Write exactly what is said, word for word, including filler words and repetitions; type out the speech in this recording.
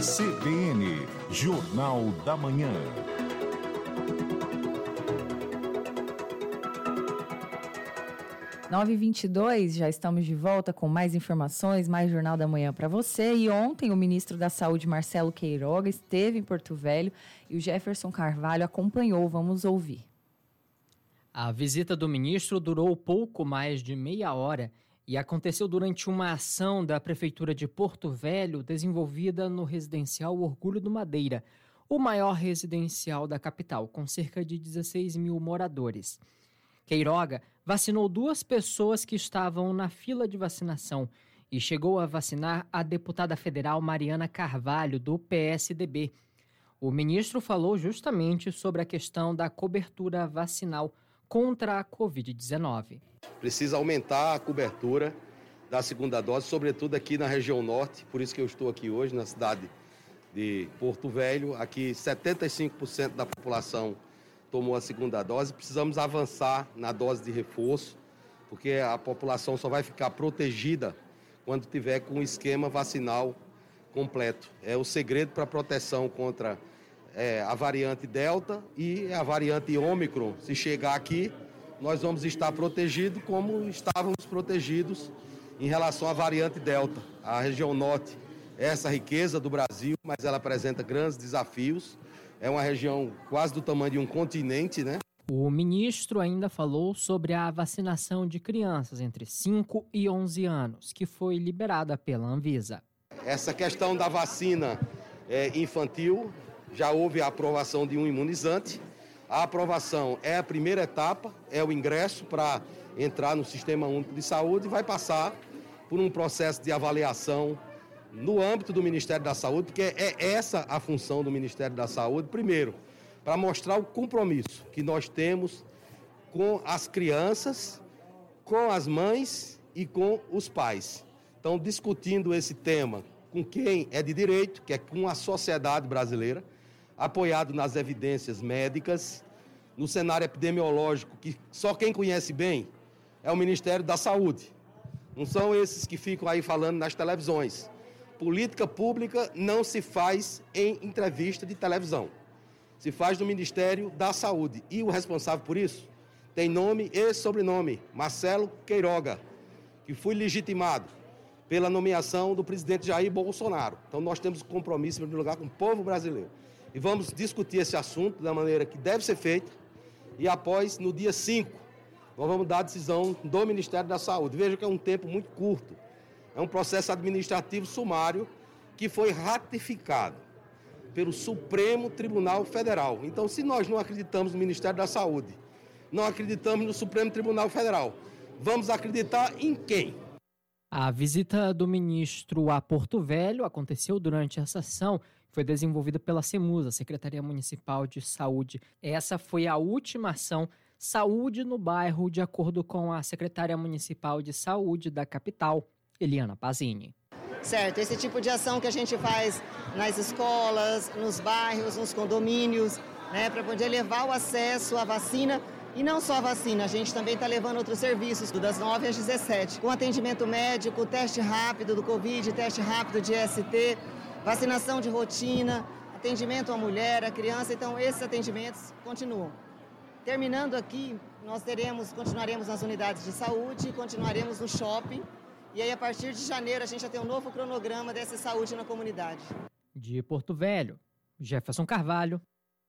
C B N, Jornal da Manhã. nove e vinte e dois, já estamos de volta com mais informações, mais Jornal da Manhã para você. E ontem o ministro da Saúde, Marcelo Queiroga, esteve em Porto Velho e o Jefferson Carvalho acompanhou. Vamos ouvir. A visita do ministro durou pouco mais de meia hora e aconteceu durante uma ação da Prefeitura de Porto Velho desenvolvida no residencial Orgulho do Madeira, o maior residencial da capital, com cerca de dezesseis mil moradores. Queiroga vacinou duas pessoas que estavam na fila de vacinação e chegou a vacinar a deputada federal Mariana Carvalho, do P S D B. O ministro falou justamente sobre a questão da cobertura vacinal contra a covid dezenove. Precisa aumentar a cobertura da segunda dose, sobretudo aqui na região norte, por isso que eu estou aqui hoje na cidade de Porto Velho. Aqui setenta e cinco por cento da população tomou a segunda dose. Precisamos avançar na dose de reforço, porque a população só vai ficar protegida quando tiver com o esquema vacinal completo. É o segredo para a proteção contra é, a variante Delta e a variante Ômicron. Se chegar aqui, nós vamos estar protegidos como estávamos protegidos em relação à variante Delta. A região norte é essa riqueza do Brasil, mas ela apresenta grandes desafios. É uma região quase do tamanho de um continente, né? O ministro ainda falou sobre a vacinação de crianças entre cinco e onze anos, que foi liberada pela Anvisa. Essa questão da vacina é, infantil, já houve a aprovação de um imunizante. A aprovação é a primeira etapa, é o ingresso para entrar no Sistema Único de Saúde e vai passar por um processo de avaliação no âmbito do Ministério da Saúde, porque é essa a função do Ministério da Saúde, primeiro, para mostrar o compromisso que nós temos com as crianças, com as mães e com os pais. Então, discutindo esse tema com quem é de direito, que é com a sociedade brasileira, apoiado nas evidências médicas, no cenário epidemiológico, que só quem conhece bem é o Ministério da Saúde. Não são esses que ficam aí falando nas televisões. Política pública não se faz em entrevista de televisão. Se faz no Ministério da Saúde. E o responsável por isso tem nome e sobrenome, Marcelo Queiroga, que foi legitimado pela nomeação do presidente Jair Bolsonaro. Então nós temos compromisso, em primeiro lugar, com o povo brasileiro. E vamos discutir esse assunto da maneira que deve ser feita. E após, no dia cinco, nós vamos dar a decisão do Ministério da Saúde. Veja que é um tempo muito curto. É um processo administrativo sumário que foi ratificado pelo Supremo Tribunal Federal. Então, se nós não acreditamos no Ministério da Saúde, não acreditamos no Supremo Tribunal Federal, vamos acreditar em quem? A visita do ministro a Porto Velho aconteceu durante a sessão que foi desenvolvida pela SEMUSA, Secretaria Municipal de Saúde. Essa foi a última ação Saúde no Bairro, de acordo com a secretária municipal de saúde da capital, Eliana Pazini. Certo, esse tipo de ação que a gente faz nas escolas, nos bairros, nos condomínios, né, para poder levar o acesso à vacina. E não só a vacina, a gente também está levando outros serviços, das nove às dezessete, com atendimento médico, teste rápido do Covid, teste rápido de S T, vacinação de rotina, atendimento à mulher, à criança. Então, esses atendimentos continuam. Terminando aqui, nós teremos, continuaremos nas unidades de saúde, continuaremos no shopping. E aí, a partir de janeiro, a gente já tem um novo cronograma dessa saúde na comunidade. De Porto Velho, Jefferson Carvalho,